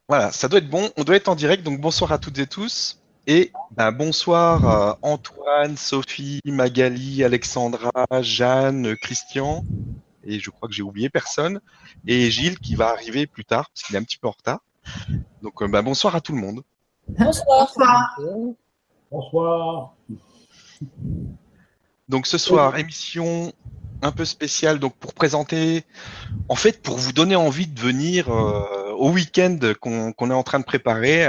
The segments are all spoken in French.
Voilà, ça doit être bon. On doit être en direct, donc bonsoir à toutes et tous. Et bonsoir à Antoine, Sophie, Magali, Alexandra, Jeanne, Christian, et je crois que j'ai oublié personne, et Gilles qui va arriver plus tard, parce qu'il est un petit peu en retard. Donc bonsoir à tout le monde. Bonsoir. Bonsoir. Bonsoir. Donc ce soir, émission un peu spéciale donc pour présenter, en fait pour vous donner envie de venir au week-end qu'on est en train de préparer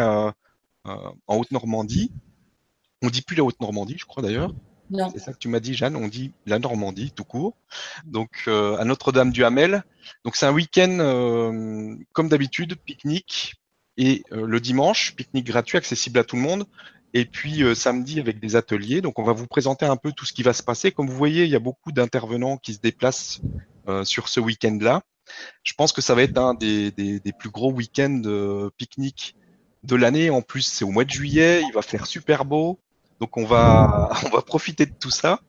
en Haute-Normandie. On dit plus la Haute-Normandie, je crois d'ailleurs. Non. C'est ça que tu m'as dit, Jeanne. On dit la Normandie, tout court. Donc, à Notre-Dame-du-Hamel. Donc, c'est un week-end, comme d'habitude, pique-nique. Et le dimanche, pique-nique gratuit, accessible à tout le monde. Et puis, samedi, avec des ateliers. Donc, on va vous présenter un peu tout ce qui va se passer. Comme vous voyez, il y a beaucoup d'intervenants qui se déplacent sur ce week-end-là. Je pense que ça va être un des plus gros week-ends pique-nique de l'année. En plus, c'est au mois de juillet. Il va faire super beau. Donc on va profiter de tout ça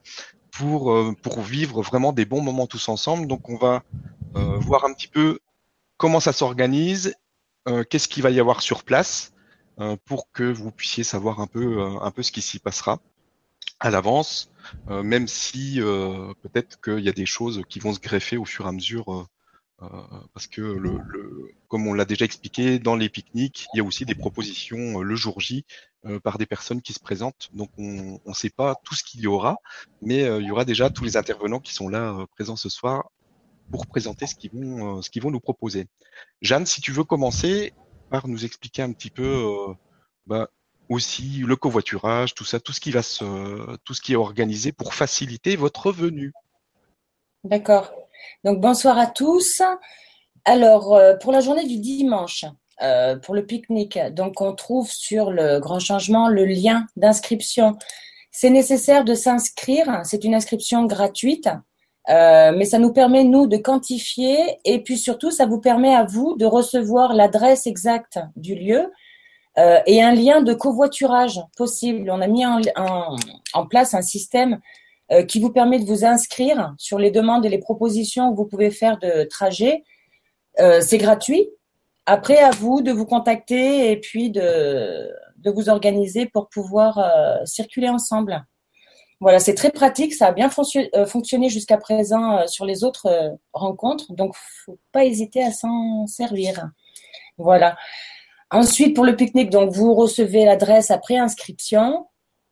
pour vivre vraiment des bons moments tous ensemble. Donc on va voir un petit peu comment ça s'organise, qu'est-ce qu'il va y avoir sur place pour que vous puissiez savoir un peu ce qui s'y passera à l'avance, même si peut-être qu'il y a des choses qui vont se greffer au fur et à mesure. Parce que comme on l'a déjà expliqué, dans les pique-niques, il y a aussi des propositions le jour J par des personnes qui se présentent. Donc on ne sait pas tout ce qu'il y aura, mais il y aura déjà tous les intervenants qui sont là présents ce soir pour présenter ce qu'ils vont nous proposer. Jeanne, si tu veux commencer par nous expliquer un petit peu bah, aussi le covoiturage, tout ça, tout ce qui est organisé pour faciliter votre venue. D'accord. Donc, bonsoir à tous. Alors, pour la journée du dimanche, pour le pique-nique, donc on trouve sur le grand changement le lien d'inscription. C'est nécessaire de s'inscrire. C'est une inscription gratuite, mais ça nous permet, nous, de quantifier et puis surtout, ça vous permet à vous de recevoir l'adresse exacte du lieu et un lien de covoiturage possible. On a mis en place un système qui vous permet de vous inscrire sur les demandes et les propositions que vous pouvez faire de trajet. C'est gratuit. Après, à vous de vous contacter et puis de vous organiser pour pouvoir circuler ensemble. Voilà, c'est très pratique. Ça a bien fonctionné jusqu'à présent sur les autres rencontres. Donc, faut pas hésiter à s'en servir. Voilà. Ensuite, pour le pique-nique, donc vous recevez l'adresse après inscription.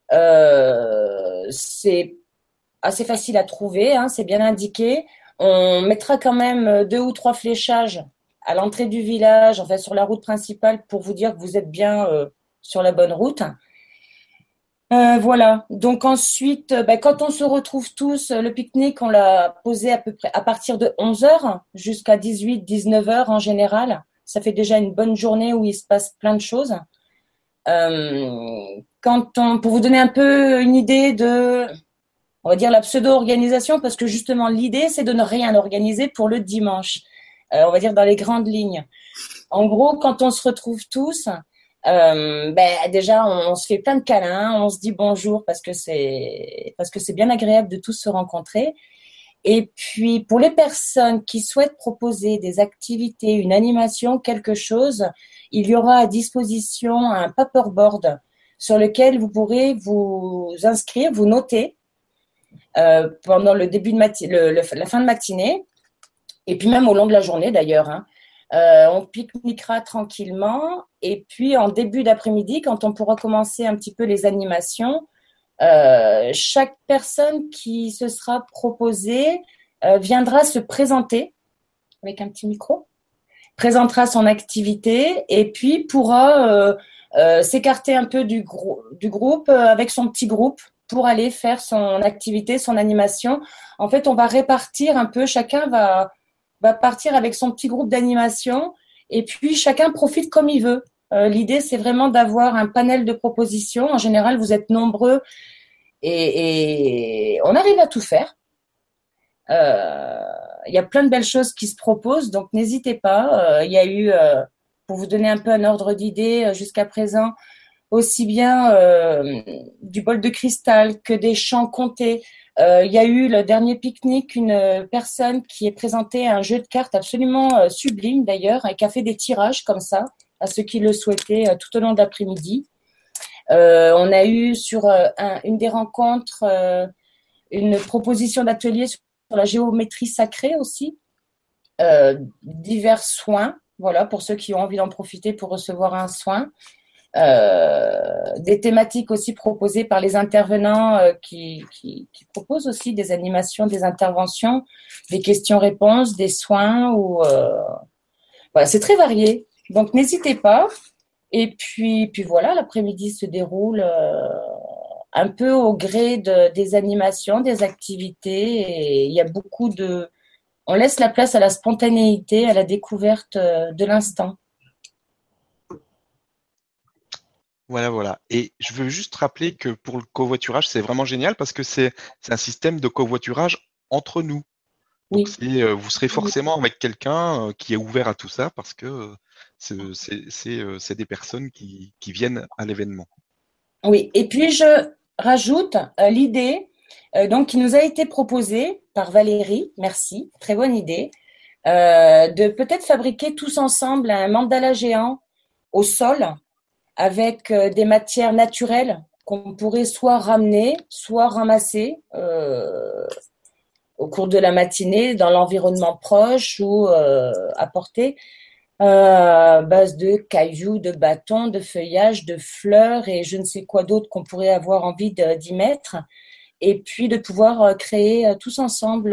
C'est assez facile à trouver, hein, c'est bien indiqué. On mettra quand même 2 ou 3 fléchages à l'entrée du village, enfin sur la route principale, pour vous dire que vous êtes bien sur la bonne route. Voilà. Donc ensuite, quand on se retrouve tous, le pique-nique, on l'a posé à peu près à partir de 11 h jusqu'à 18, 19 h en général. Ça fait déjà une bonne journée où il se passe plein de choses. Pour vous donner un peu une idée de, on va dire, la pseudo-organisation, parce que justement l'idée c'est de ne rien organiser pour le dimanche, on va dire dans les grandes lignes. En gros, quand on se retrouve tous, déjà on se fait plein de câlins, on se dit bonjour parce que c'est bien agréable de tous se rencontrer. Et puis pour les personnes qui souhaitent proposer des activités, une animation, quelque chose, il y aura à disposition un paperboard sur lequel vous pourrez vous inscrire, vous noter pendant le début de la fin de matinée, et puis même au long de la journée d'ailleurs. Hein. On pique-niquera tranquillement, et puis en début d'après-midi, quand on pourra commencer un petit peu les animations, chaque personne qui se sera proposée viendra se présenter avec un petit micro, présentera son activité, et puis pourra s'écarter un peu du groupe avec son petit groupe pour aller faire son activité, son animation. En fait, on va répartir un peu, chacun va partir avec son petit groupe d'animation, et puis chacun profite comme il veut. L'idée, c'est vraiment d'avoir un panel de propositions. En général, vous êtes nombreux et on arrive à tout faire. Il y a plein de belles choses qui se proposent, donc n'hésitez pas. Il y a eu, pour vous donner un peu un ordre d'idée, jusqu'à présent, aussi bien du bol de cristal que des chants contés. Il y a eu le dernier pique-nique, une personne qui est présentée un jeu de cartes absolument sublime d'ailleurs, et qui a fait des tirages comme ça, à ceux qui le souhaitaient tout au long de l'après-midi. On a eu sur une des rencontres une proposition d'atelier sur la géométrie sacrée aussi, divers soins, voilà, pour ceux qui ont envie d'en profiter pour recevoir un soin. Des thématiques aussi proposées par les intervenants qui proposent aussi des animations, des interventions, des questions-réponses, des soins. Voilà, c'est très varié. Donc, n'hésitez pas. Et puis voilà, l'après-midi se déroule un peu au gré des animations, des activités. Et il y a beaucoup de... On laisse la place à la spontanéité, à la découverte de l'instant. Voilà. Et je veux juste rappeler que pour le covoiturage, c'est vraiment génial parce que c'est un système de covoiturage entre nous. Donc, Oui. vous serez forcément avec quelqu'un qui est ouvert à tout ça parce que c'est des personnes qui viennent à l'événement. Oui, et puis je rajoute l'idée donc qui nous a été proposée par Valérie, merci, très bonne idée, de peut-être fabriquer tous ensemble un mandala géant au sol avec des matières naturelles qu'on pourrait soit ramener, soit ramasser au cours de la matinée dans l'environnement proche ou apporter à base de cailloux, de bâtons, de feuillages, de fleurs et je ne sais quoi d'autre qu'on pourrait avoir envie d'y mettre. Et puis de pouvoir créer tous ensemble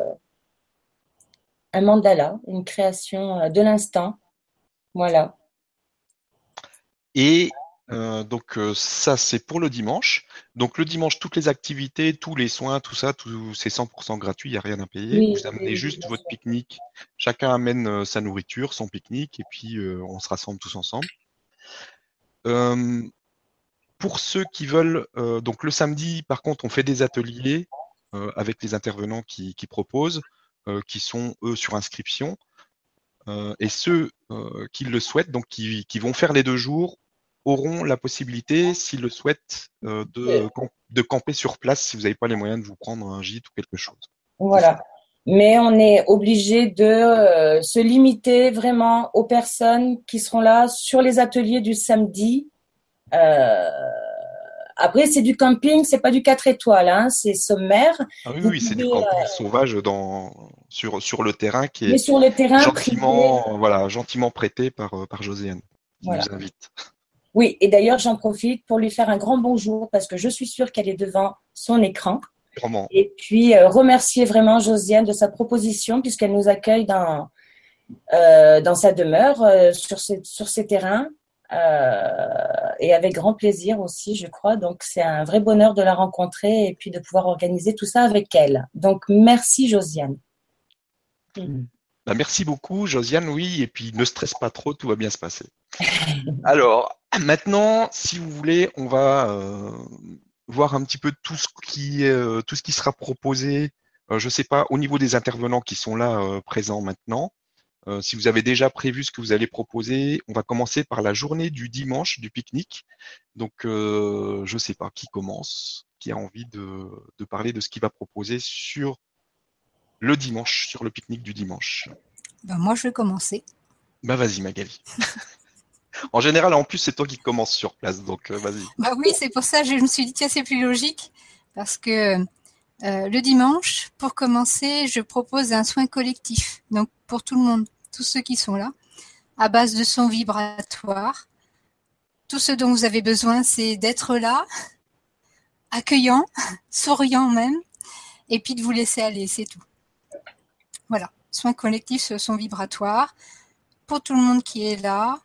un mandala, une création de l'instant. Voilà. Et donc ça, c'est pour le dimanche. Donc le dimanche, toutes les activités, tous les soins, tout ça, c'est 100% gratuit, il n'y a rien à payer. Oui, Vous amenez oui, juste bien votre sûr. pique-nique. Chacun amène sa nourriture, son pique-nique, et puis on se rassemble tous ensemble. Euh, pour ceux qui veulent, donc le samedi, par contre, on fait des ateliers avec les intervenants qui proposent, qui sont eux sur inscription. Et ceux qui le souhaitent, donc qui vont faire les 2 jours, auront la possibilité, s'ils le souhaitent, de camper sur place si vous n'avez pas les moyens de vous prendre un gîte ou quelque chose. C'est ça. Voilà. Mais on est obligé de se limiter vraiment aux personnes qui seront là sur les ateliers du samedi. Euh, Après, c'est du camping, c'est pas du 4 étoiles, hein, c'est sommaire. Ah oui, Vous oui, c'est du pouvez, camping sauvage sur le terrain qui mais est sur le terrain privé, gentiment prêté par Josiane, qui voilà. nous invite. Oui, et d'ailleurs, j'en profite pour lui faire un grand bonjour parce que je suis sûre qu'elle est devant son écran. Vraiment. Et puis, remercier vraiment Josiane de sa proposition puisqu'elle nous accueille dans sa demeure, sur ces terrains. Et avec grand plaisir aussi, je crois. Donc, c'est un vrai bonheur de la rencontrer et puis de pouvoir organiser tout ça avec elle. Donc, merci Josiane. Bah, merci beaucoup, Josiane, oui, et puis ne stresse pas trop, tout va bien se passer. Alors, maintenant, si vous voulez, on va voir un petit peu tout ce qui sera proposé. Je ne sais pas, au niveau des intervenants qui sont là présents maintenant, si vous avez déjà prévu ce que vous allez proposer, on va commencer par la journée du dimanche du pique-nique. Donc, je ne sais pas qui commence, qui a envie de parler de ce qu'il va proposer sur le dimanche, sur le pique-nique du dimanche. Ben moi, je vais commencer. Bah vas-y Magali. En général, en plus, c'est toi qui commences sur place, donc vas-y. Bah oui, c'est pour ça que je me suis dit, tiens, c'est plus logique. Parce que le dimanche, pour commencer, je propose un soin collectif. Donc, pour tout le monde, tous ceux qui sont là, à base de sons vibratoires. Tout ce dont vous avez besoin, c'est d'être là, accueillant, souriant même, et puis de vous laisser aller, c'est tout. Voilà, soins collectifs, son vibratoire. Pour tout le monde qui est là,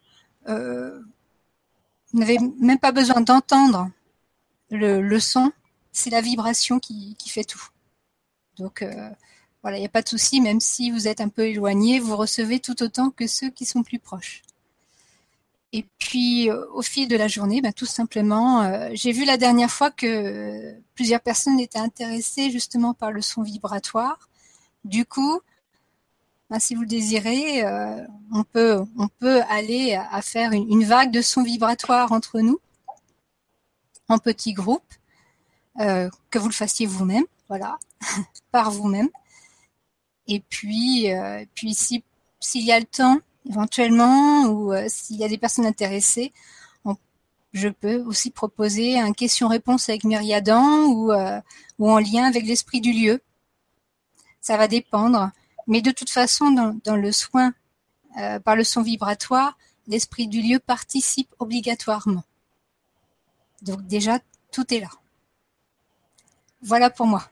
vous n'avez même pas besoin d'entendre le son, c'est la vibration qui fait tout. Donc voilà, il n'y a pas de souci, même si vous êtes un peu éloigné, vous recevez tout autant que ceux qui sont plus proches. Et puis au fil de la journée, tout simplement, j'ai vu la dernière fois que plusieurs personnes étaient intéressées justement par le son vibratoire. Du coup, si vous le désirez, on peut aller à faire une vague de sons vibratoires entre nous, en petits groupes, que vous le fassiez vous-même, voilà, par vous-même. Et puis s'il y a le temps, éventuellement, ou s'il y a des personnes intéressées, je peux aussi proposer un question-réponse avec Myriadan ou en lien avec l'esprit du lieu. Ça va dépendre. Mais de toute façon, dans le soin par le son vibratoire, l'esprit du lieu participe obligatoirement. Donc déjà, tout est là. Voilà pour moi.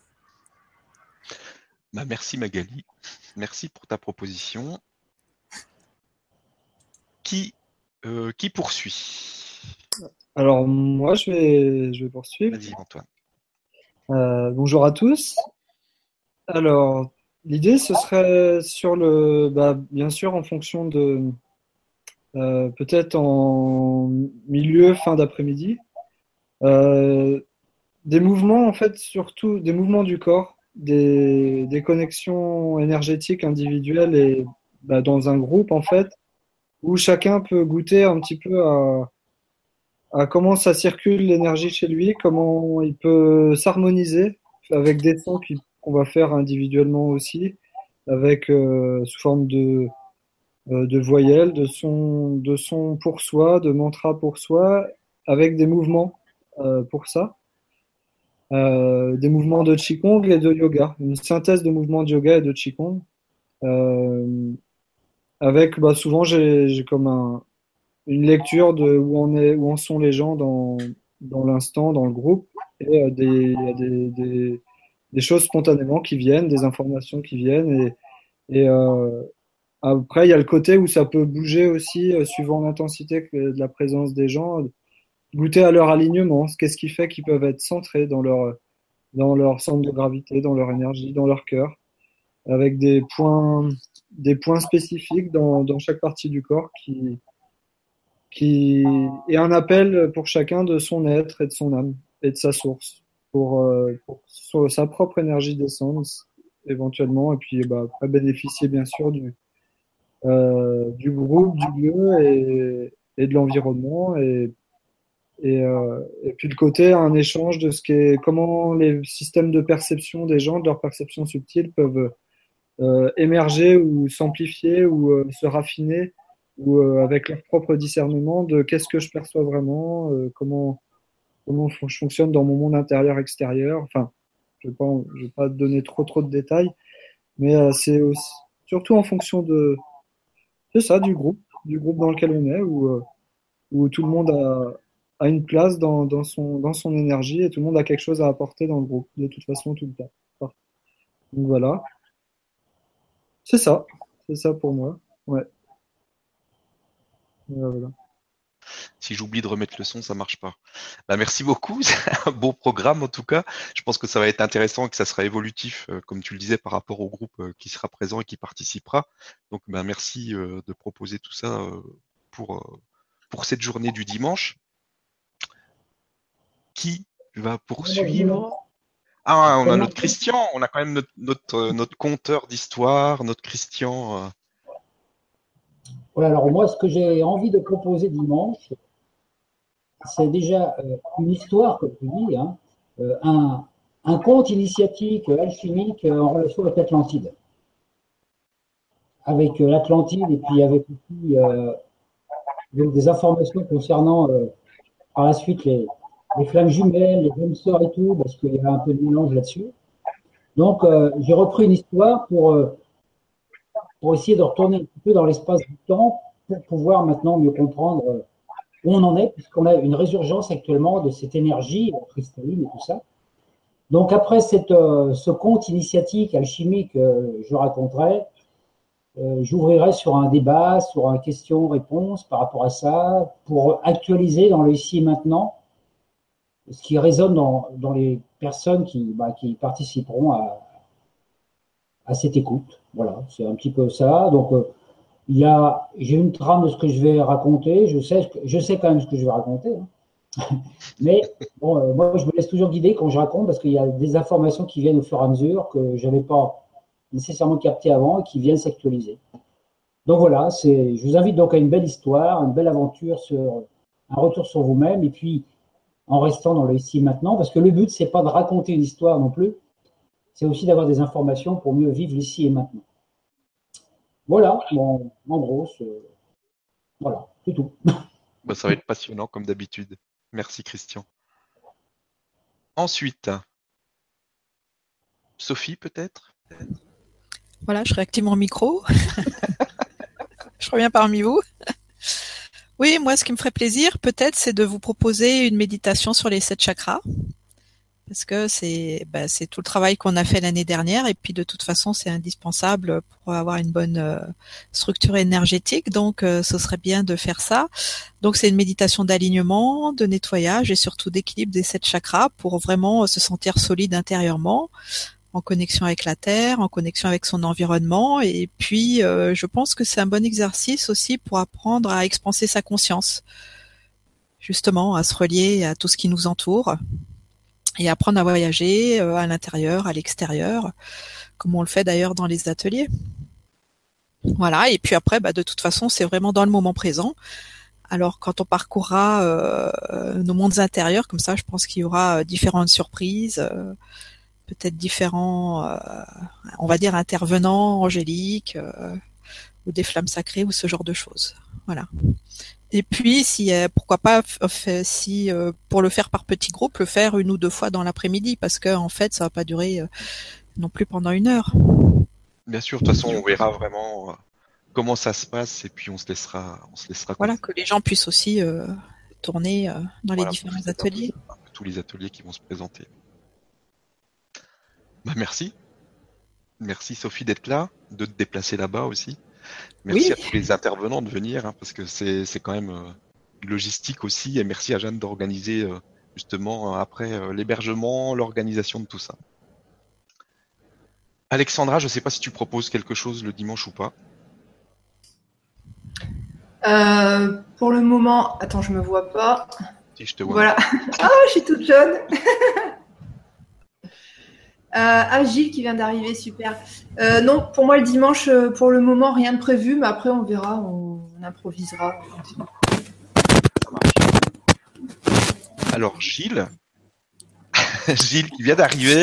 Merci Magali. Merci pour ta proposition. Qui poursuit? Alors, moi, je vais poursuivre. Vas-y, Antoine. Bonjour à tous. Alors, l'idée, ce serait sur bien sûr, en fonction de, peut-être en milieu, fin d'après-midi, des mouvements, en fait, surtout des mouvements du corps, des connexions énergétiques individuelles et dans un groupe, en fait, où chacun peut goûter un petit peu à comment ça circule l'énergie chez lui, comment il peut s'harmoniser avec des sons qu'on va faire individuellement aussi, avec sous forme de voyelles, de sons pour soi, de mantras pour soi, avec des mouvements pour ça. Des mouvements de Qigong et de yoga, une synthèse de mouvements de yoga et de Qigong. Avec souvent j'ai comme une lecture de où en sont les gens dans l'instant, dans le groupe, et il y a des choses spontanément qui viennent, des informations qui viennent, et après il y a le côté où ça peut bouger aussi suivant l'intensité de la présence des gens, goûter à leur alignement, qu'est-ce qui fait qu'ils peuvent être centrés dans leur centre de gravité, dans leur énergie, dans leur cœur, avec des points spécifiques dans chaque partie du corps qui est un appel pour chacun de son être et de son âme et de sa source pour sa propre énergie d'essence éventuellement, et puis après bénéficier bien sûr du groupe, du lieu et de l'environnement, et puis le côté un échange de comment les systèmes de perception des gens, de leur perception subtile, peuvent émerger ou s'amplifier ou se raffiner, ou avec leur propre discernement de qu'est-ce que je perçois vraiment, comment je fonctionne dans mon monde intérieur extérieur. Enfin, je vais pas donner trop de détails, mais c'est aussi, surtout en fonction c'est ça, du groupe dans lequel on est, où tout le monde a une place dans son énergie, et tout le monde a quelque chose à apporter dans le groupe, de toute façon, tout le temps. Donc voilà. C'est ça pour moi. Ouais. Voilà. Si j'oublie de remettre le son, ça marche pas. Merci beaucoup, c'est un beau programme en tout cas. Je pense que ça va être intéressant et que ça sera évolutif, comme tu le disais, par rapport au groupe qui sera présent et qui participera. Donc merci de proposer tout ça pour cette journée du dimanche. Qui va poursuivre? Ah, on a notre Christian, on a quand même notre conteur d'histoire, notre Christian. Voilà, alors moi, ce que j'ai envie de proposer dimanche, c'est déjà une histoire, comme tu dis, hein, un conte initiatique alchimique en relation avec l'Atlantide. Avec l'Atlantide, et puis avec aussi des informations concernant par la suite les flammes jumelles, les âmes sœurs et tout, parce qu'il y avait un peu de mélange là-dessus. Donc, j'ai repris une histoire pour essayer de retourner un petit peu dans l'espace du temps, pour pouvoir maintenant mieux comprendre où on en est, puisqu'on a une résurgence actuellement de cette énergie cristalline et tout ça. Donc, après ce conte initiatique alchimique, je raconterai, j'ouvrirai sur un débat, sur un question-réponse par rapport à ça, pour actualiser dans le ici et maintenant ce qui résonne dans les personnes qui participeront à cette écoute. Voilà, c'est un petit peu ça. Donc, j'ai une trame de ce que je vais raconter. Je sais quand même ce que je vais raconter. Hein. Mais bon, moi, je me laisse toujours guider quand je raconte, parce qu'il y a des informations qui viennent au fur et à mesure que je n'avais pas nécessairement captées avant et qui viennent s'actualiser. Donc voilà, je vous invite donc à une belle histoire, une belle aventure, un retour sur vous-même, et puis en restant dans le ici et maintenant, parce que le but, c'est pas de raconter une histoire non plus, c'est aussi d'avoir des informations pour mieux vivre l'ici et maintenant. Voilà, bon, en gros, voilà, c'est tout. Bah, ça va être passionnant comme d'habitude. Merci Christian. Ensuite, Sophie peut-être? Voilà, je réactive mon micro. Je reviens parmi vous. Oui, moi, ce qui me ferait plaisir, peut-être, c'est de vous proposer une méditation sur les 7 chakras. Parce que c'est tout le travail qu'on a fait l'année dernière. Et puis, de toute façon, c'est indispensable pour avoir une bonne structure énergétique. Donc, ce serait bien de faire ça. Donc, c'est une méditation d'alignement, de nettoyage et surtout d'équilibre des 7 chakras pour vraiment se sentir solide intérieurement, en connexion avec la terre, en connexion avec son environnement. Et puis, je pense que c'est un bon exercice aussi pour apprendre à expanser sa conscience, justement, à se relier à tout ce qui nous entoure et apprendre à voyager à l'intérieur, à l'extérieur, comme on le fait d'ailleurs dans les ateliers. Voilà, et puis après, de toute façon, c'est vraiment dans le moment présent. Alors, quand on parcourra nos mondes intérieurs, comme ça, je pense qu'il y aura différentes surprises, peut-être différents, on va dire, intervenants angéliques ou des flammes sacrées ou ce genre de choses. Voilà. Et puis, si pourquoi pas, si pour le faire par petits groupes, le faire 1 ou 2 fois dans l'après-midi, parce que en fait, ça va pas durer non plus pendant 1 heure. Bien sûr, de toute façon, on verra vraiment comment ça se passe et puis on se laissera. Voilà, que les gens puissent aussi tourner dans les différents ateliers. Tous les ateliers qui vont se présenter. Merci. Merci Sophie d'être là, de te déplacer là-bas aussi. Merci à tous les intervenants de venir, parce que c'est quand même logistique aussi. Et merci à Jeanne d'organiser justement après l'hébergement, l'organisation de tout ça. Alexandra, je ne sais pas si tu proposes quelque chose le dimanche ou pas. Pour le moment, attends, je me vois pas. Si, je te vois. Voilà. Ah, je suis toute jeune. Gilles qui vient d'arriver, super. Non, pour moi le dimanche, pour le moment, rien de prévu, mais après on verra, on improvisera. Alors Gilles, Gilles qui vient d'arriver,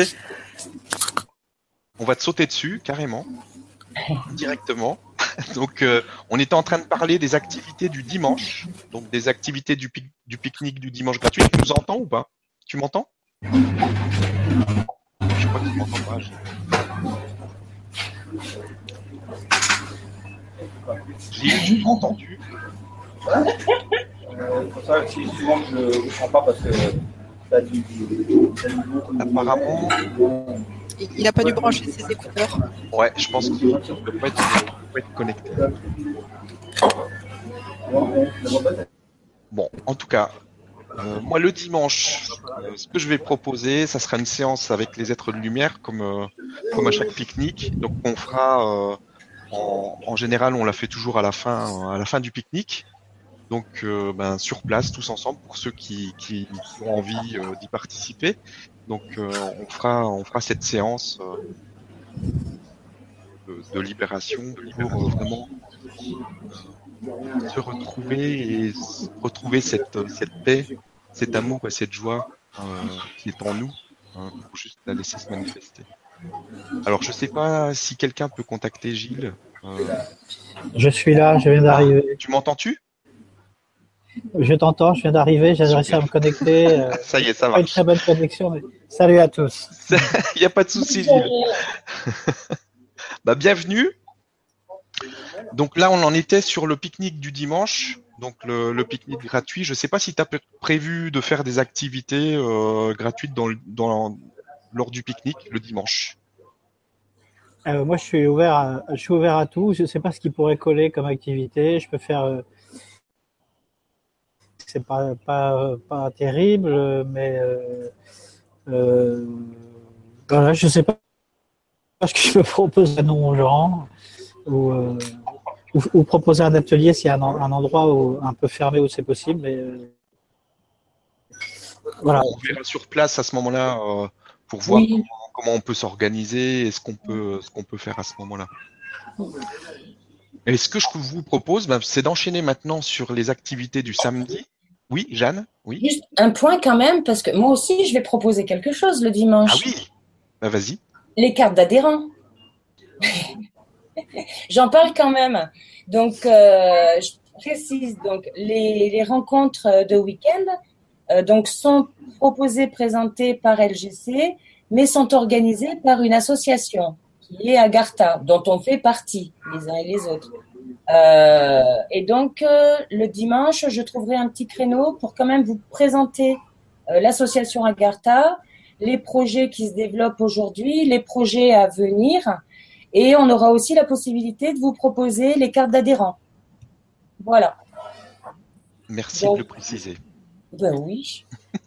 on va te sauter dessus carrément, directement. Donc on était en train de parler des activités du dimanche, donc des activités du pique-nique du dimanche gratuit. Tu nous entends ou pas? Tu m'entends? Je crois que tu m'entends pas. Gilles, tu m'as entendu? Pour ça, si souvent je ne comprends pas parce que ça du apparemment. Il n'a pas dû brancher ses écouteurs. Ouais, je pense qu'il ne peut pas être connecté. Bon, en tout cas, moi le dimanche, ce que je vais proposer, ça sera une séance avec les êtres de lumière, comme à chaque pique-nique. Donc on fera, en général, on la fait toujours à la fin du pique-nique. Donc sur place, tous ensemble, pour ceux qui ont envie d'y participer. Donc on fera cette séance de libération pour vraiment se retrouver et retrouver cette paix, cet amour et cette joie qui est en nous, pour juste la laisser se manifester. Alors je sais pas si quelqu'un peut contacter Gilles. Je suis là, je viens d'arriver. Tu m'entends-tu? Je t'entends, je viens d'arriver, j'ai réussi à me connecter. Ça y est, ça va. Pas une très bonne connexion, mais salut à tous. Il n'y a pas de souci, Gilles. Bienvenue. Donc là, on en était sur le pique-nique du dimanche, donc le pique-nique gratuit. Je ne sais pas si tu as prévu de faire des activités gratuites lors du pique-nique le dimanche. Moi, je suis ouvert à tout. Je ne sais pas ce qui pourrait coller comme activité. Je peux faire. C'est pas terrible, mais voilà, je ne sais pas ce que je peux proposer à non-gens ou proposer un atelier s'il y a un endroit un peu fermé où c'est possible. Mais voilà. On verra sur place à ce moment-là pour voir comment on peut s'organiser et ce qu'on peut faire à ce moment-là. Et ce que je vous propose, c'est d'enchaîner maintenant sur les activités du samedi. Oui, Jeanne? Oui. Juste un point quand même, parce que moi aussi, je vais proposer quelque chose le dimanche. Ah oui. Vas-y. Les cartes d'adhérents. J'en parle quand même. Donc, je précise, donc, les rencontres de week-end donc, sont proposées, présentées par LGC, mais sont organisées par une association qui est Agartha, dont on fait partie, les uns et les autres. Et donc, le dimanche, je trouverai un petit créneau pour quand même vous présenter l'association Agartha, les projets qui se développent aujourd'hui, les projets à venir, et on aura aussi la possibilité de vous proposer les cartes d'adhérents. Voilà. Merci Donc, de le préciser. Ben oui.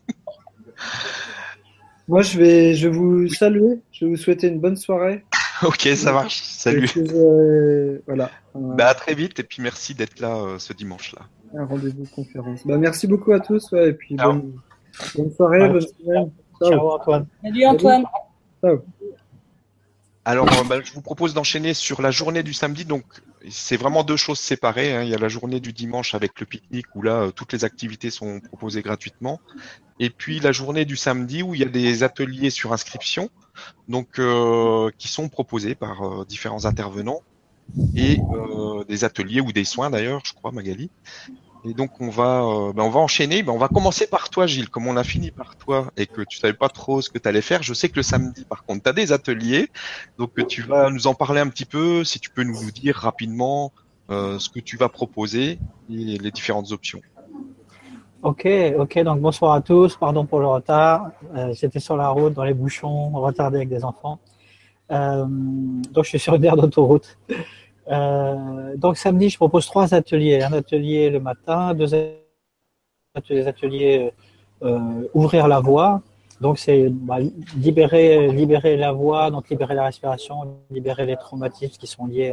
Moi, je vais vous saluer. Je vais vous souhaiter une bonne soirée. Ok, ça marche. Salut. Voilà. Bah, à très vite et puis merci d'être là ce dimanche-là. Un rendez-vous conférence. Bah, merci beaucoup à tous. Ouais, et puis Ciao. bonne soirée, Ouais. bonne semaine. Ciao. Ciao Antoine. Salut Antoine. Ciao. Alors, je vous propose d'enchaîner sur la journée du samedi. Donc, c'est vraiment deux choses séparées, hein. Il y a la journée du dimanche avec le pique-nique où là, toutes les activités sont proposées gratuitement. Et puis la journée du samedi où il y a des ateliers sur inscription, donc qui sont proposés par différents intervenants et des ateliers ou des soins d'ailleurs, je crois, Magali. Et donc on va enchaîner. On va commencer par toi, Gilles. Comme on a fini par toi et que tu savais pas trop ce que tu allais faire, je sais que le samedi, par contre, tu as des ateliers. Donc tu vas nous en parler un petit peu. Si tu peux nous dire rapidement ce que tu vas proposer et les différentes options. Ok, donc bonsoir à tous, pardon pour le retard. J'étais sur la route, dans les bouchons, retardé avec des enfants. Donc je suis sur une aire d'autoroute. Donc samedi, je propose 3 ateliers. Un atelier le matin, 2 ateliers ouvrir la voie. Donc c'est libérer la voie, donc libérer la respiration, libérer les traumatismes qui sont liés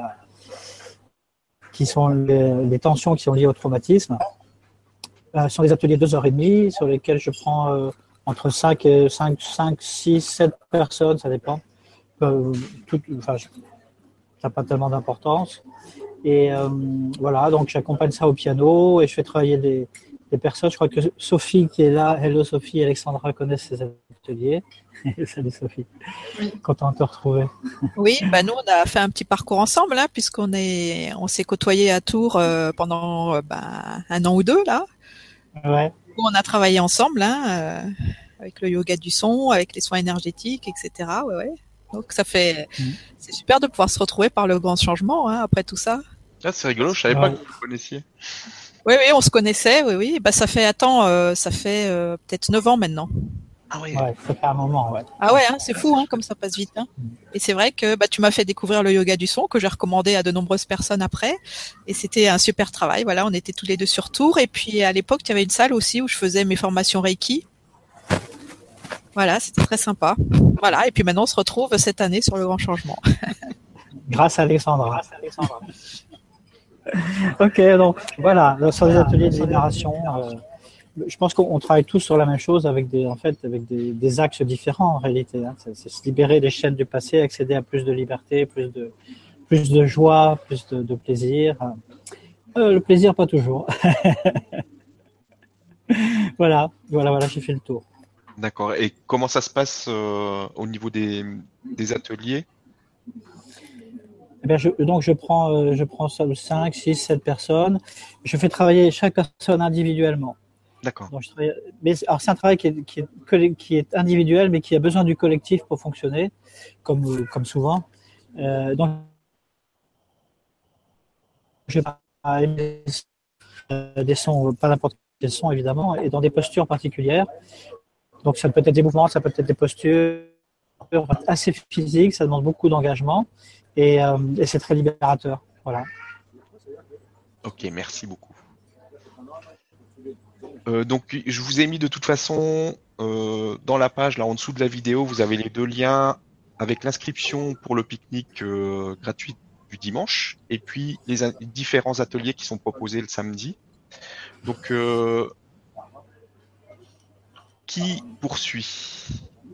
les tensions qui sont liées au traumatisme. Ce sont des ateliers de 2h30 sur lesquels je prends entre 5, 6, 7 personnes, ça dépend. Ça n'a pas tellement d'importance. Et voilà, donc j'accompagne ça au piano et je fais travailler des personnes. Je crois que Sophie qui est là, hello Sophie, Alexandra connaissent ces ateliers. Salut Sophie, content de te retrouver. Oui, nous on a fait un petit parcours ensemble, hein, puisqu'on s'est côtoyés à Tours pendant un an ou deux là. Ouais. On a travaillé ensemble, hein, avec le yoga du son, avec les soins énergétiques, etc. Ouais. Donc c'est super de pouvoir se retrouver par le grand changement, hein, après tout ça. Ah, c'est rigolo, je savais pas que vous vous connaissiez. Oui, on se connaissait, oui. Ça fait peut-être 9 ans maintenant. Ah oui. Ouais, ça fait un moment, ouais. Ah ouais, hein, c'est fou, hein, comme ça passe vite. Hein. Et c'est vrai que tu m'as fait découvrir le yoga du son que j'ai recommandé à de nombreuses personnes après. Et c'était un super travail. Voilà, on était tous les deux sur Tours. Et puis à l'époque, il y avait une salle aussi où je faisais mes formations Reiki. Voilà, c'était très sympa. Voilà, et puis maintenant on se retrouve cette année sur le grand changement. Grâce à Alexandra. Ok, donc voilà, sur les ateliers de libération, je pense qu'on travaille tous sur la même chose avec des axes différents en réalité. Hein. C'est se libérer des chaînes du passé, accéder à plus de liberté, plus de joie, plus de plaisir. Le plaisir, pas toujours. Voilà, j'ai fait le tour. D'accord. Et comment ça se passe au niveau des ateliers? Eh bien, je prends 5, 6, 7 personnes. Je fais travailler chaque personne individuellement. D'accord. Donc, alors c'est un travail qui est individuel, mais qui a besoin du collectif pour fonctionner, comme souvent. Donc, je vais des sons, pas n'importe quel son évidemment, et dans des postures particulières. Donc, ça peut être des mouvements, ça peut être des postures assez physiques, ça demande beaucoup d'engagement et c'est très libérateur. Voilà. Ok, merci beaucoup. Donc, je vous ai mis de toute façon dans la page, là en dessous de la vidéo, vous avez les 2 liens avec l'inscription pour le pique-nique gratuit du dimanche et puis les différents ateliers qui sont proposés le samedi. Donc, qui poursuit?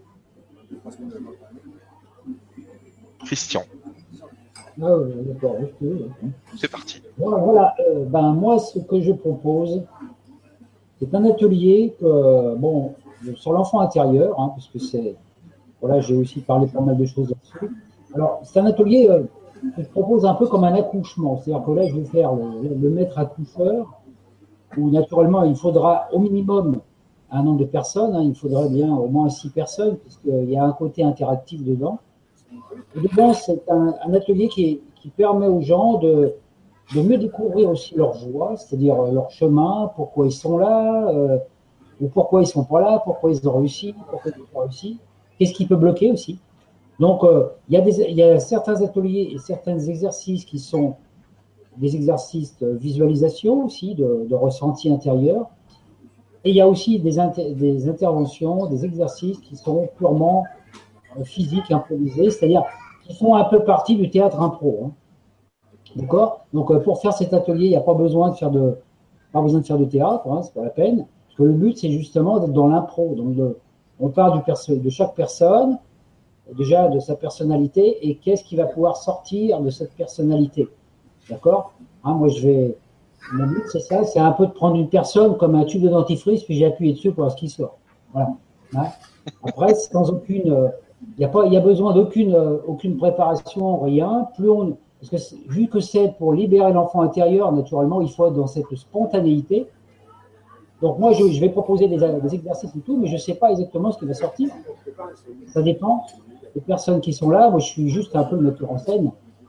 Christian. D'accord, C'est parti. Voilà, moi, ce que je propose, c'est un atelier sur l'enfant intérieur, hein, parce que j'ai aussi parlé pas mal de choses là-dessus. Alors, c'est un atelier je propose un peu comme un accouchement. C'est-à-dire que là, je vais faire le maître accoucheur, où naturellement, il faudra au minimum un nombre de personnes. Il faudrait bien au moins 6 personnes, puisqu'il y a un côté interactif dedans. Et dedans, c'est un atelier qui permet aux gens de mieux découvrir aussi leur joie, c'est-à-dire leur chemin, pourquoi ils sont là, ou pourquoi ils sont pas là, pourquoi ils ont réussi, pourquoi ils n'ont pas réussi, qu'est-ce qui peut bloquer aussi. Donc, il y a certains ateliers et certains exercices qui sont des exercices de visualisation aussi, de ressenti intérieur. Et il y a aussi des interventions, des exercices qui sont purement physiques, improvisés, c'est-à-dire qui font un peu partie du théâtre impro. D'accord? Donc, pour faire cet atelier, il n'y a pas besoin de faire de théâtre, c'est pas la peine. Parce que le but, c'est justement d'être dans l'impro. Donc, on part de chaque personne, déjà de sa personnalité, et qu'est-ce qui va pouvoir sortir de cette personnalité. D'accord? Mon but, c'est ça, c'est un peu de prendre une personne comme un tube de dentifrice, puis j'ai appuyé dessus pour voir ce qui sort. Voilà. Après, sans aucune. Il y a besoin aucune préparation, rien. Parce que vu que c'est pour libérer l'enfant intérieur, naturellement, il faut être dans cette spontanéité. Donc moi, je vais proposer des exercices et tout, mais je ne sais pas exactement ce qui va sortir. Ça dépend des personnes qui sont là. Moi, je suis juste un peu le metteur en scène.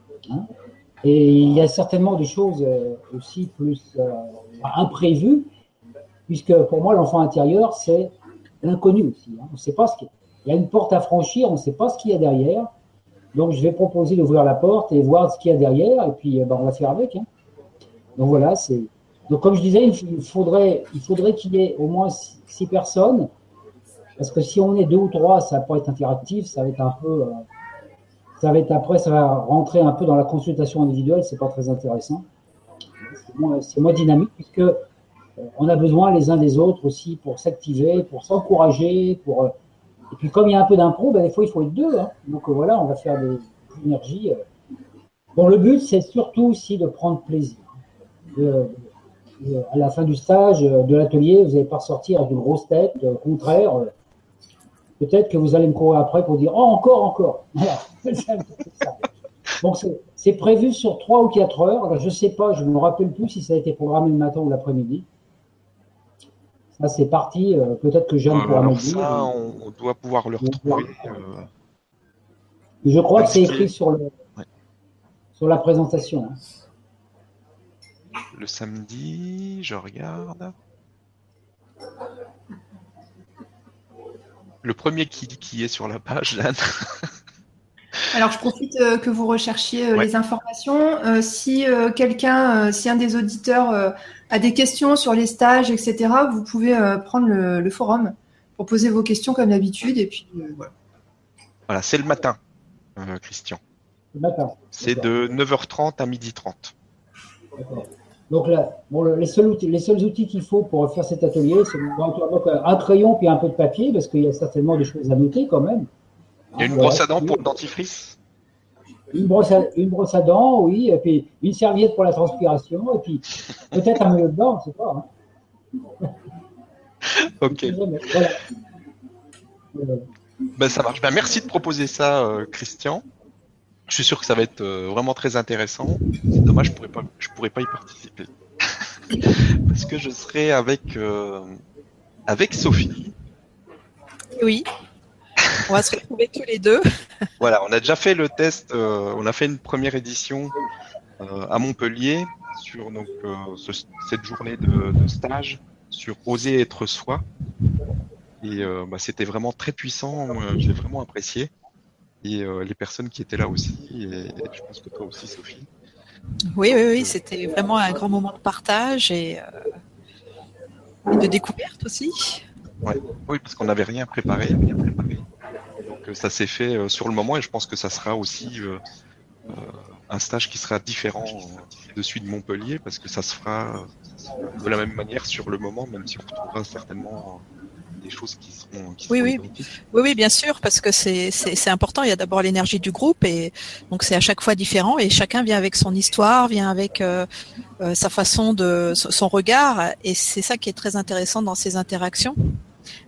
Et il y a certainement des choses aussi plus imprévues, puisque pour moi, l'enfant intérieur, c'est l'inconnu aussi. On ne sait pas ce qu'il y a. Il y a une porte à franchir, on ne sait pas ce qu'il y a derrière. Donc, je vais proposer d'ouvrir la porte et voir ce qu'il y a derrière, et puis on va faire avec. Donc, voilà. Donc, comme je disais, il faudrait qu'il y ait au moins 6 personnes, parce que si on est 2 ou 3, ça va pas être interactif, ça va être un peu... après, ça va rentrer un peu dans la consultation individuelle, c'est pas très intéressant. C'est moins dynamique, puisque on a besoin les uns des autres aussi pour s'activer, pour s'encourager, Et puis, comme il y a un peu d'impro, des fois, il faut être 2. Donc, voilà, on va faire des énergies. Bon, le but, c'est surtout aussi de prendre plaisir. À la fin du stage, de l'atelier, vous n'allez pas ressortir avec une grosse tête. Au contraire, peut-être que vous allez me courir après pour dire « Oh, encore !» Voilà. Donc, c'est prévu sur 3 ou 4 heures. Alors, je ne sais pas, je ne me rappelle plus si ça a été programmé le matin ou l'après-midi. Ça, c'est parti. Peut-être que Jeanne pourra me dire. Ça, on doit pouvoir le retrouver. Je crois que c'est écrit sur la présentation. Le samedi, je regarde. Le premier qui est sur la page, Jeanne. Alors, je profite que vous recherchiez les informations. Si si un des auditeurs a des questions sur les stages, etc., vous pouvez prendre le forum pour poser vos questions comme d'habitude. Et puis, voilà. Voilà, c'est le matin, Christian. Le matin. C'est de 9h30 à 12h30. D'accord. Donc, là, les seuls outils qu'il faut pour faire cet atelier, c'est un crayon puis un peu de papier, parce qu'il y a certainement des choses à noter quand même. Il y a une brosse à dents pour le dentifrice? Une brosse à dents, oui, et puis une serviette pour la transpiration, et puis peut-être un maillot de bain, on ne sait pas. Ok. Voilà. Ça marche. Merci de proposer ça, Christian. Je suis sûr que ça va être vraiment très intéressant. C'est dommage, je pourrais pas y participer. Parce que je serai avec Sophie. Oui. On va se retrouver tous les deux. Voilà, on a déjà fait le test. On a fait une première édition à Montpellier sur cette journée de stage sur oser être soi. Et c'était vraiment très puissant. J'ai vraiment apprécié. Et les personnes qui étaient là aussi. Et je pense que toi aussi, Sophie. Oui, c'était vraiment un grand moment de partage et de découverte aussi. Ouais. Oui, parce qu'on n'avait rien préparé. Donc ça s'est fait sur le moment et je pense que ça sera aussi un stage qui sera différent de celui de Montpellier parce que ça se fera de la même manière sur le moment, même si on retrouvera certainement des choses qui seront identiques. Oui, bien sûr, parce que c'est important. Il y a d'abord l'énergie du groupe et donc c'est à chaque fois différent et chacun vient avec son histoire, vient avec sa façon son regard et c'est ça qui est très intéressant dans ces interactions.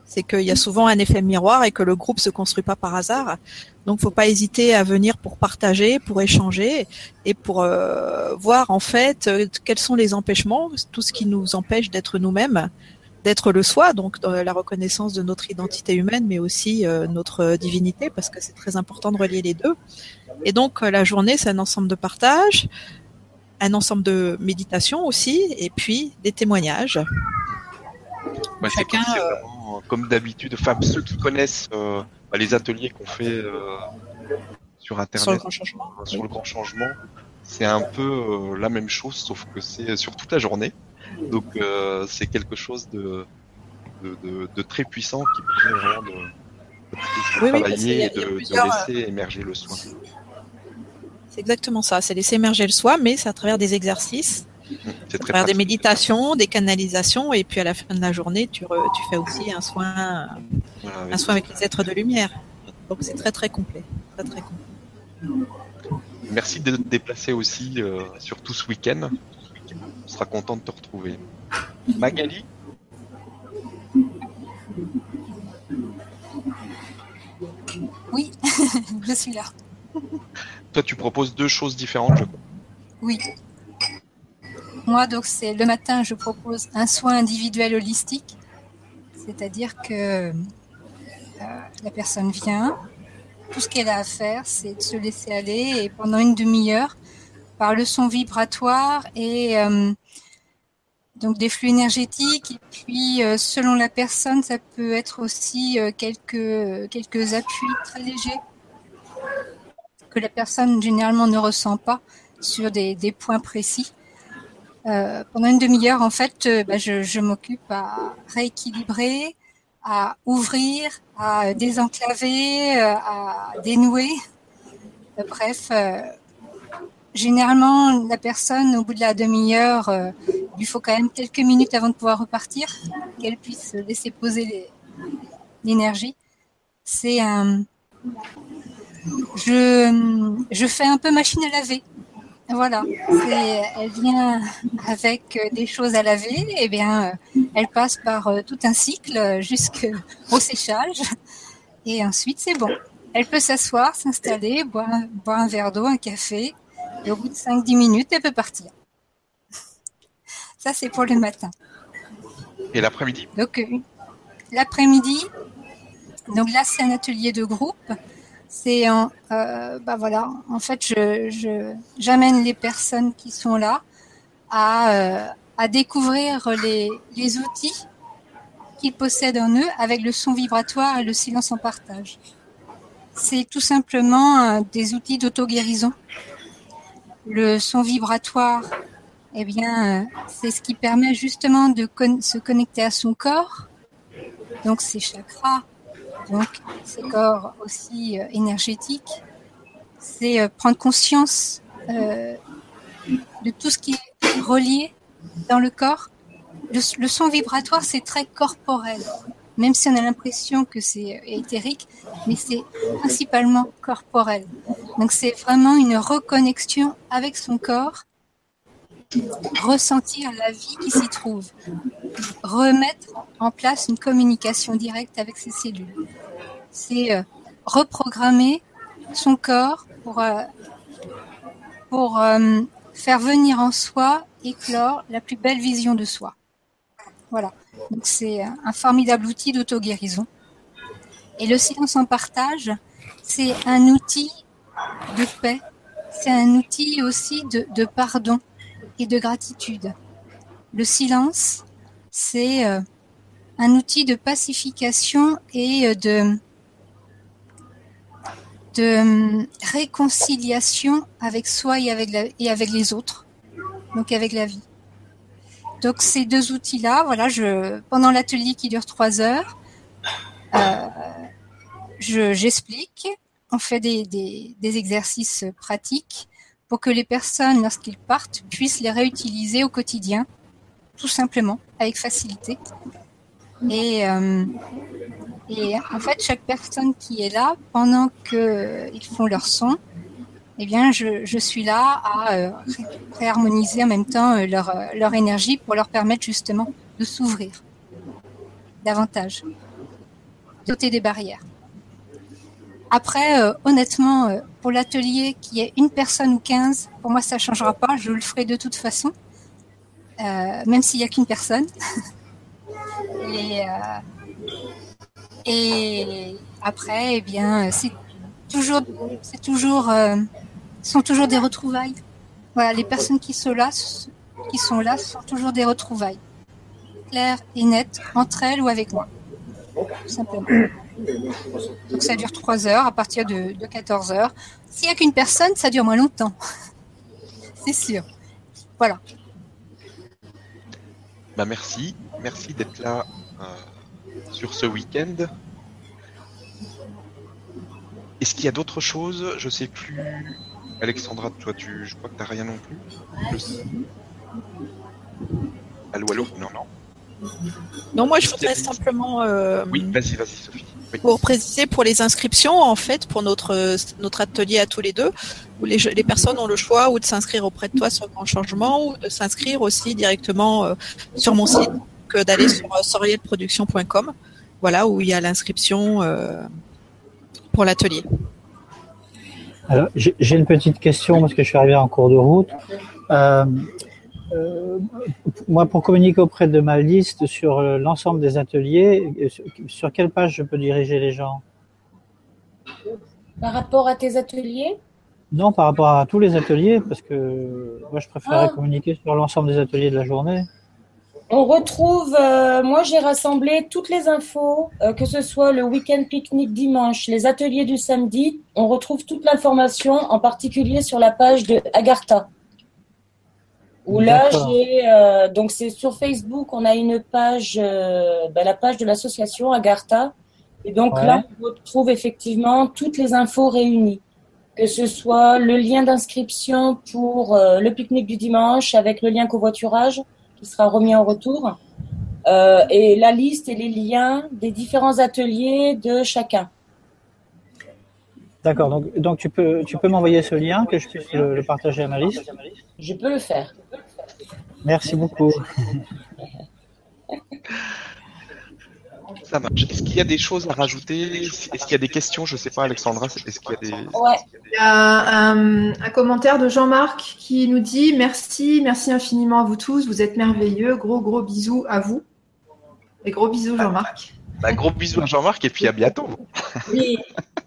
C'est qu'il y a souvent un effet miroir et que le groupe se construit pas par hasard. Donc, faut pas hésiter à venir pour partager, pour échanger et pour voir en fait quels sont les empêchements, tout ce qui nous empêche d'être nous-mêmes, d'être le soi, donc la reconnaissance de notre identité humaine, mais aussi notre divinité, parce que c'est très important de relier les deux. Et donc, la journée, c'est un ensemble de partage, un ensemble de méditation aussi, et puis des témoignages. Chacun, c'est vraiment comme d'habitude. Enfin, ceux qui connaissent les ateliers qu'on fait sur Internet, sur le grand changement, c'est un peu la même chose, sauf que c'est sur toute la journée. Donc, c'est quelque chose de très puissant qui permet vraiment de travailler et de laisser émerger le soi. C'est exactement ça. C'est laisser émerger le soi, mais c'est à travers des exercices. À travers des méditations, des canalisations, et puis à la fin de la journée, tu fais aussi un soin avec les êtres de lumière. Donc c'est très très complet, très très complet. Merci de te déplacer aussi sur tout ce week-end. On sera content de te retrouver. Magali? Oui, je suis là. Toi, tu proposes 2 choses différentes, je crois. Oui. Moi, donc, c'est le matin, je propose un soin individuel holistique, c'est-à-dire que la personne vient, tout ce qu'elle a à faire, c'est de se laisser aller et pendant une demi-heure, par le son vibratoire et donc des flux énergétiques. Et puis, selon la personne, ça peut être aussi quelques appuis très légers que la personne généralement ne ressent pas sur des points précis. Pendant une demi-heure, en fait, je m'occupe à rééquilibrer, à ouvrir, à désenclaver, à dénouer. Bref, généralement, la personne, au bout de la demi-heure, il lui faut quand même quelques minutes avant de pouvoir repartir, qu'elle puisse laisser poser l'énergie. C'est je fais un peu machine à laver. Voilà, elle vient avec des choses à laver, et bien elle passe par tout un cycle jusqu'au séchage, et ensuite c'est bon. Elle peut s'asseoir, s'installer, boire un verre d'eau, un café, et au bout de 5-10 minutes, elle peut partir. Ça, c'est pour le matin. Et l'après-midi? Donc, l'après-midi, donc là, c'est un atelier de groupe. C'est voilà. En fait, j'amène les personnes qui sont là à découvrir les outils qu'ils possèdent en eux avec le son vibratoire et le silence en partage. C'est tout simplement des outils d'auto-guérison. Le son vibratoire, eh bien, c'est ce qui permet justement de se connecter à son corps, donc ses chakras, donc ses corps aussi énergétiques. C'est prendre conscience de tout ce qui est relié dans le corps. Le son vibratoire, c'est très corporel, même si on a l'impression que c'est éthérique, mais c'est principalement corporel. Donc c'est vraiment une reconnexion avec son corps, ressentir la vie qui s'y trouve, remettre en place une communication directe avec ses cellules. C'est reprogrammer son corps pour faire venir en soi, éclore la plus belle vision de soi. Voilà. Donc c'est un formidable outil d'auto-guérison. Et le silence en partage, c'est un outil de paix, c'est un outil aussi de pardon et de gratitude. Le silence, c'est un outil de pacification et de réconciliation avec soi et avec les autres, donc avec la vie. Donc ces 2 outils-là, voilà, pendant l'atelier qui dure 3 heures, j'explique, on fait des exercices pratiques pour que les personnes, lorsqu'ils partent, puissent les réutiliser au quotidien, tout simplement, avec facilité. Et en fait, chaque personne qui est là, pendant qu'ils font leur son, eh bien, je suis là à réharmoniser en même temps leur énergie pour leur permettre justement de s'ouvrir davantage. sauter des barrières. Après, honnêtement, pour l'atelier, qu'il y ait une personne ou 15, pour moi, ça ne changera pas. Je le ferai de toute façon, même s'il n'y a qu'une personne. Et après, eh bien, sont toujours des retrouvailles. Voilà, les personnes qui sont là sont toujours des retrouvailles. Claires et nettes, entre elles ou avec moi. Tout simplement. Donc ça dure 3 heures à partir de 14 heures. S'il n'y a qu'une personne, ça dure moins longtemps. C'est sûr. Voilà. Merci d'être là sur ce week-end. Est-ce qu'il y a d'autres choses? Je sais plus. Alexandra, toi, je crois que t'as rien non plus. Allô, non. Non, moi je voudrais simplement. Oui, vas-y, Sophie. Oui. Pour préciser, pour les inscriptions, en fait, pour notre atelier à tous les deux, où les personnes ont le choix ou de s'inscrire auprès de toi sur Grand Changement ou de s'inscrire aussi directement sur mon site, que d'aller sur sorielproduction.com, voilà, où il y a l'inscription pour l'atelier. Alors, j'ai une petite question parce que je suis arrivé en cours de route. Moi, pour communiquer auprès de ma liste sur l'ensemble des ateliers, sur quelle page je peux diriger les gens? Par rapport à tes ateliers? Non, par rapport à tous les ateliers, parce que moi, je préférerais communiquer sur l'ensemble des ateliers de la journée. On retrouve, moi j'ai rassemblé toutes les infos, que ce soit le week-end pique-nique dimanche, les ateliers du samedi, on retrouve toute l'information, en particulier sur la page de Agartha. Où là, donc c'est sur Facebook, on a une page, la page de l'association Agartha. Et donc là, on retrouve effectivement toutes les infos réunies. Que ce soit le lien d'inscription pour le pique-nique du dimanche avec le lien covoiturage qui sera remis en retour. Et la liste et les liens des différents ateliers de chacun. D'accord, donc tu peux m'envoyer ce lien que je puisse le partager à ma liste? Je peux le faire. Merci beaucoup. Ça marche. Est-ce qu'il y a des choses à rajouter? Est-ce qu'il y a des questions? Je ne sais pas, Alexandra. Est-ce qu'il y a des... Ouais. Il y a un commentaire de Jean-Marc qui nous dit « Merci infiniment à vous tous. Vous êtes merveilleux. Gros bisous à vous. » Et gros bisous, Jean-Marc. Gros bisous à Jean-Marc et puis à bientôt. Oui.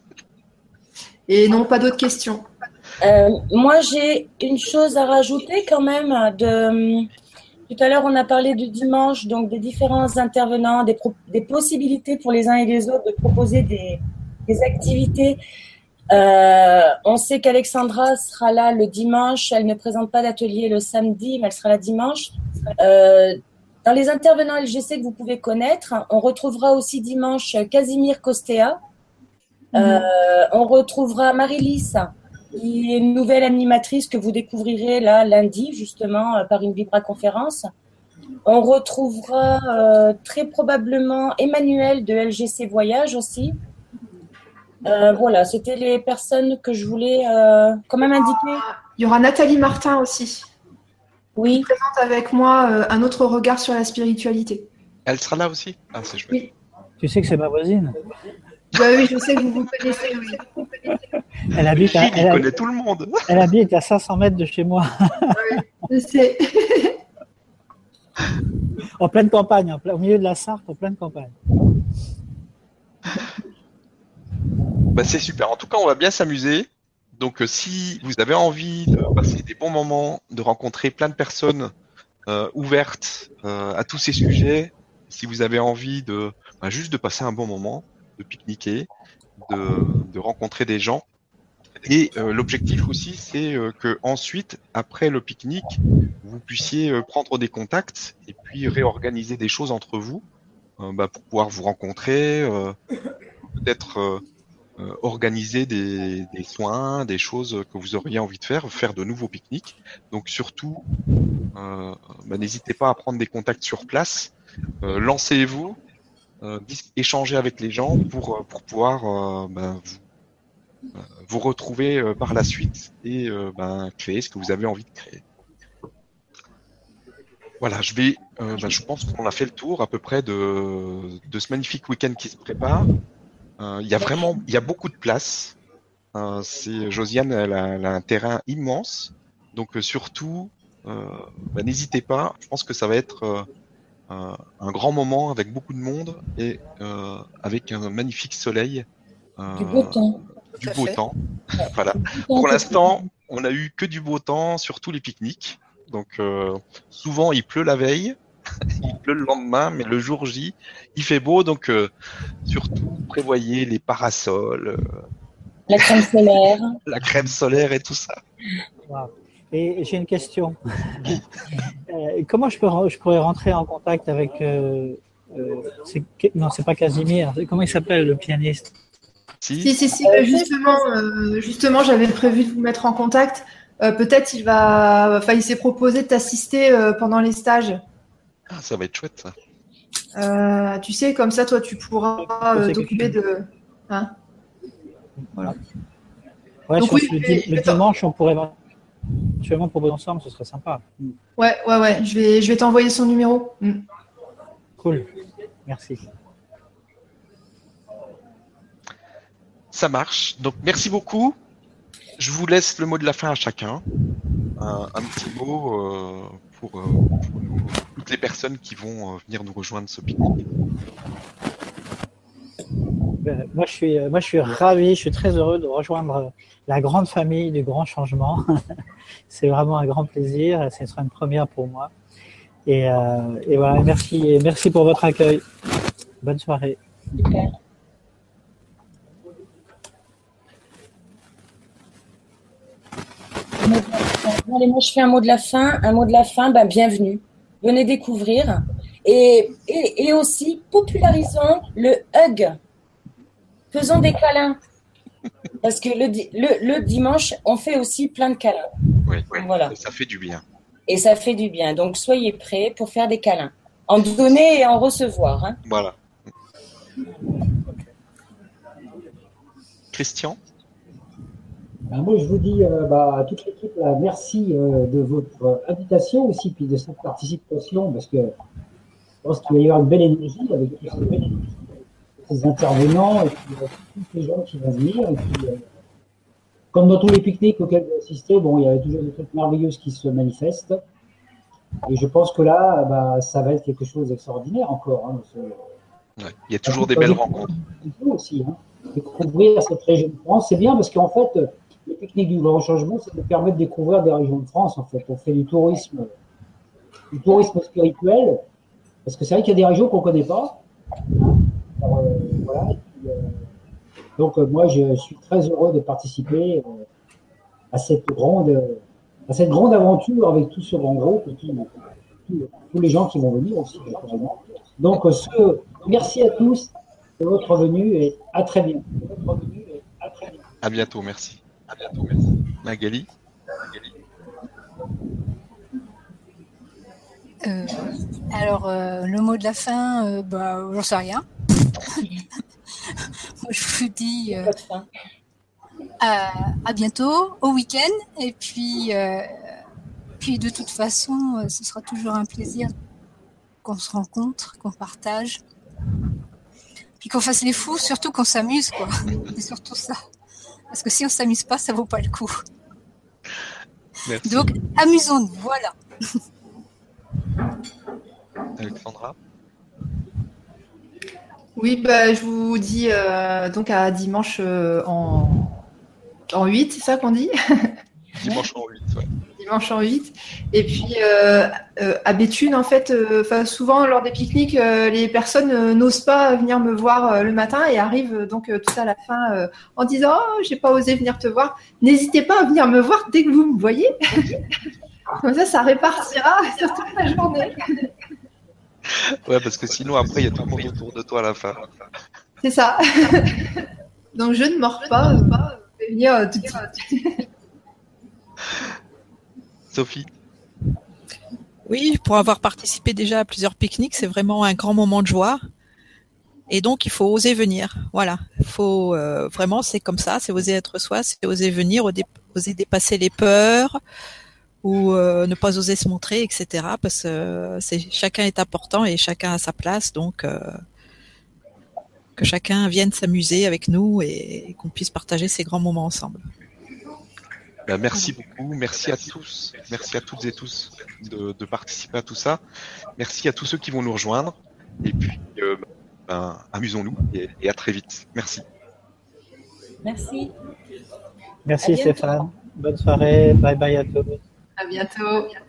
Et non, pas d'autres questions. Moi, j'ai une chose à rajouter quand même. Tout à l'heure, on a parlé du dimanche, donc des différents intervenants, des possibilités pour les uns et les autres de proposer des activités. On sait qu'Alexandra sera là le dimanche. Elle ne présente pas d'atelier le samedi, mais elle sera là dimanche. Dans les intervenants LGC que vous pouvez connaître, on retrouvera aussi dimanche Casimir Costea. On retrouvera Marie-Lys, qui est une nouvelle animatrice que vous découvrirez là lundi, justement, par une vibra-conférence. On retrouvera très probablement Emmanuel de LGC Voyage aussi. Voilà, c'était les personnes que je voulais quand même indiquer. Il y aura Nathalie Martin aussi. Oui. Qui présente avec moi un autre regard sur la spiritualité. Elle sera là aussi? Ah, c'est chouette. Oui. Tu sais que c'est ma voisine? Oui, je sais que vous connaissez, oui. Elle connaît tout le monde. Elle habite à 500 mètres de chez moi. Oui, je sais. En pleine campagne, au milieu de la Sarthe, en pleine campagne. C'est super. En tout cas, on va bien s'amuser. Donc, si vous avez envie de passer des bons moments, de rencontrer plein de personnes ouvertes à tous ces sujets, si vous avez envie de juste de passer un bon moment, de pique-niquer, de rencontrer des gens. Et l'objectif aussi, c'est que ensuite, après le pique-nique, vous puissiez prendre des contacts et puis réorganiser des choses entre vous pour pouvoir vous rencontrer, peut-être organiser des soins, des choses que vous auriez envie de faire de nouveaux pique-niques. Donc surtout, n'hésitez pas à prendre des contacts sur place, lancez-vous, échanger avec les gens pour pouvoir vous retrouver par la suite et créer ce que vous avez envie de créer. Voilà, je pense qu'on a fait le tour à peu près de ce magnifique week-end qui se prépare. Il y a beaucoup de place. Josiane, elle a un terrain immense. Donc surtout, n'hésitez pas. Je pense que ça va être un grand moment avec beaucoup de monde et avec un magnifique soleil. Du beau temps. Du beau temps. Ouais. Voilà. Pour l'instant, on a eu que du beau temps sur tous les pique-niques. Donc souvent il pleut la veille, il pleut le lendemain, mais le jour J, il fait beau. Donc surtout prévoyez les parasols, La crème solaire. la crème solaire et tout ça. Wow. Et j'ai une question. Comment je pourrais rentrer en contact avec non, c'est pas Casimir. Comment il s'appelle le pianiste? Si, justement, j'avais prévu de vous mettre en contact. Peut-être il s'est proposé de t'assister pendant les stages. Ah, ça va être chouette, ça. Tu sais, comme ça, toi, tu pourras t'occuper de. Hein, voilà. Ouais, donc, le dimanche, on pourrait éventuellement proposer ensemble, ce serait sympa. Ouais. Je vais t'envoyer son numéro. Cool. Merci. Ça marche. Donc, merci beaucoup. Je vous laisse le mot de la fin à chacun. Un petit mot pour toutes les personnes qui vont venir nous rejoindre ce pique-nique. Moi, je suis ravi, je suis très heureux de rejoindre la grande famille du grand changement. C'est vraiment un grand plaisir. Ce sera une première pour moi. Et voilà, merci pour votre accueil. Bonne soirée. Super. Allez, moi je fais un mot de la fin. Bienvenue. Venez découvrir. Et aussi, popularisons le hug. Faisons des câlins. Parce que le dimanche, on fait aussi plein de câlins. Oui, voilà. Ça fait du bien. Et ça fait du bien. Donc, soyez prêts pour faire des câlins. En donner et en recevoir. Hein. Voilà. Christian ? Moi, je vous dis à toute l'équipe, merci de votre invitation aussi, puis de cette participation, parce que je pense qu'il va y avoir une belle énergie avec tous ces intervenants et puis tous les gens qui vont venir. Et puis, comme dans tous les pique-niques auxquels j'ai assisté, il y avait toujours des trucs merveilleux qui se manifestent. Et je pense que là, ça va être quelque chose d'extraordinaire encore. Hein, ouais, il y a toujours des belles rencontres. Aussi, hein. Découvrir cette région de France, c'est bien parce qu'en fait, les pique-niques du grand changement, ça nous permet de découvrir des régions de France. En fait, on fait du tourisme spirituel, parce que c'est vrai qu'il y a des régions qu'on ne connaît pas. Alors, voilà. Donc moi, je suis très heureux de participer à cette grande aventure avec tout ce grand groupe et tous les gens qui vont venir aussi. Donc merci à tous de votre venue et à très bientôt. À bientôt, merci. Magali. Le mot de la fin, j'en sais rien. Moi, je vous dis à bientôt, au week-end, et puis de toute façon, ce sera toujours un plaisir qu'on se rencontre, qu'on partage, puis qu'on fasse les fous, surtout qu'on s'amuse, quoi. C'est surtout ça. Parce que si on s'amuse pas, ça vaut pas le coup. Merci. Donc, amusons-nous, voilà. Alexandra. Oui, je vous dis donc à dimanche en 8, c'est ça qu'on dit? Dimanche en 8, ouais. Dimanche en 8. Et puis à Béthune, en fait, souvent lors des pique-niques, les personnes n'osent pas venir me voir le matin et arrivent donc tout à la fin en disant « Oh, j'ai pas osé venir te voir ». N'hésitez pas à venir me voir dès que vous me voyez. Comme ça répartira sur toute la journée. Ouais, parce que sinon, après, il y a tout le monde autour de toi à la fin. C'est ça. Donc, je ne mords pas. Je vais venir tout de suite. Sophie. Oui, pour avoir participé déjà à plusieurs pique-niques, c'est vraiment un grand moment de joie. Et donc, il faut oser venir. Voilà. Il faut vraiment, c'est comme ça, c'est oser être soi, c'est oser venir, oser dépasser les peurs, ou ne pas oser se montrer, etc. Parce que chacun est important et chacun a sa place, donc que chacun vienne s'amuser avec nous et qu'on puisse partager ces grands moments ensemble. Merci beaucoup, merci à tous, merci à toutes et tous de participer à tout ça. Merci à tous ceux qui vont nous rejoindre. Et puis, amusons-nous et à très vite. Merci. Merci. Merci Stéphane. Bonne soirée. Bye bye à tous. À bientôt.